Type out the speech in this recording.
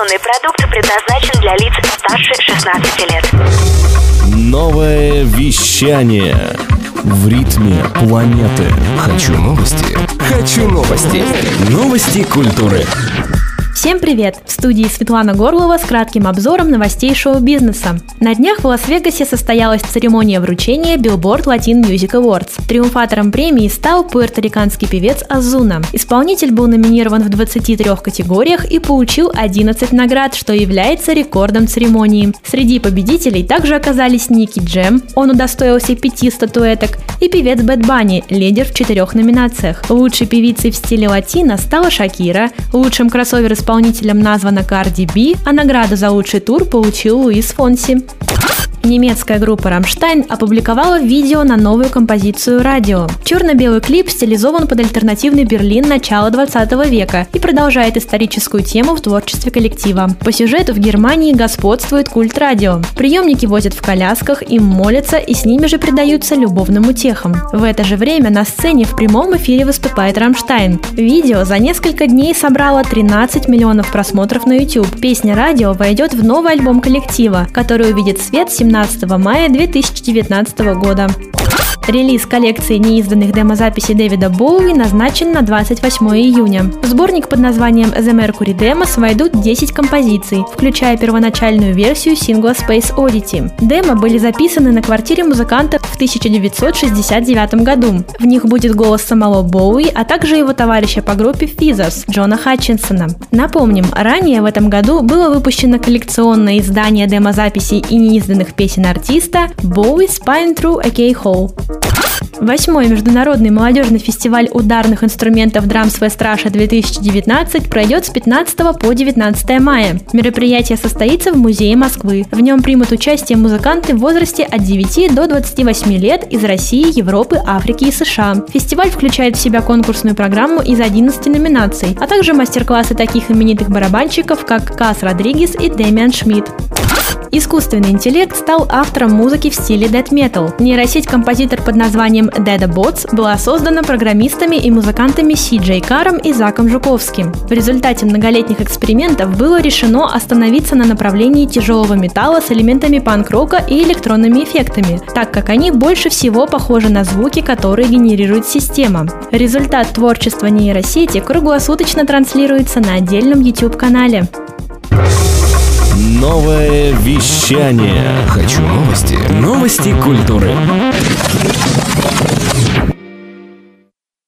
Информационный продукт предназначен для лиц старше 16 лет. Новое вещание в ритме планеты. Хочу новости. Хочу новости. Новости культуры. Всем привет! В студии Светлана Горлова с кратким обзором новостей шоу-бизнеса. На днях в Лас-Вегасе состоялась церемония вручения Billboard Latin Music Awards. Триумфатором премии стал пуэрториканский певец Озуна. Исполнитель был номинирован в 23 категориях и получил 11 наград, что является рекордом церемонии. Среди победителей также оказались Ники Джем, он удостоился 5 статуэток, и певец Бэд Банни, лидер в 4 номинациях. Лучшей певицей в стиле латино стала Шакира, лучшим кроссовер-исполнителем названа Карди Би, а награду за лучший тур получил Луис Фонси. Немецкая группа Rammstein опубликовала видео на новую композицию «Радио». Черно-белый клип стилизован под альтернативный Берлин начала 20 века и продолжает историческую тему в творчестве коллектива. По сюжету в Германии господствует культ радио. Приемники возят в колясках, им молятся и с ними же предаются любовным утехам. В это же время на сцене в прямом эфире выступает Rammstein. Видео за несколько дней собрало 13 миллионов просмотров на YouTube. Песня «Радио» войдет в новый альбом коллектива, который увидит свет 17 мая 2019 года. Релиз коллекции неизданных демозаписей Дэвида Боуи назначен на 28 июня. В сборник под названием The Mercury Demos войдут 10 композиций, включая первоначальную версию сингла Space Oddity. Демо были записаны на квартире музыканта в 1969 году. В них будет голос самого Боуи, а также его товарища по группе Feathers Джона Хатчинсона. Напомним, ранее в этом году было выпущено коллекционное издание демозаписей и неизданных песен артиста Bowie Spine Through a Keyhole. 8-й международный молодежный фестиваль ударных инструментов Drums Fest Russia 2019 пройдет с 15 по 19 мая. Мероприятие состоится в Музее Москвы. В нем примут участие музыканты в возрасте от 9 до 28 лет из России, Европы, Африки и США. Фестиваль включает в себя конкурсную программу из 11 номинаций, а также мастер-классы таких именитых барабанщиков, как Кас Родригес и Дэмиан Шмидт. Искусственный интеллект стал автором музыки в стиле Death Metal. Нейросеть-композитор под названием Deadabots была создана программистами и музыкантами Си Джей Каром и Заком Жуковским. В результате многолетних экспериментов было решено остановиться на направлении тяжелого металла с элементами панк-рока и электронными эффектами, так как они больше всего похожи на звуки, которые генерирует система. Результат творчества нейросети круглосуточно транслируется на отдельном YouTube-канале. Новое вещание. Хочу новости. Новости культуры.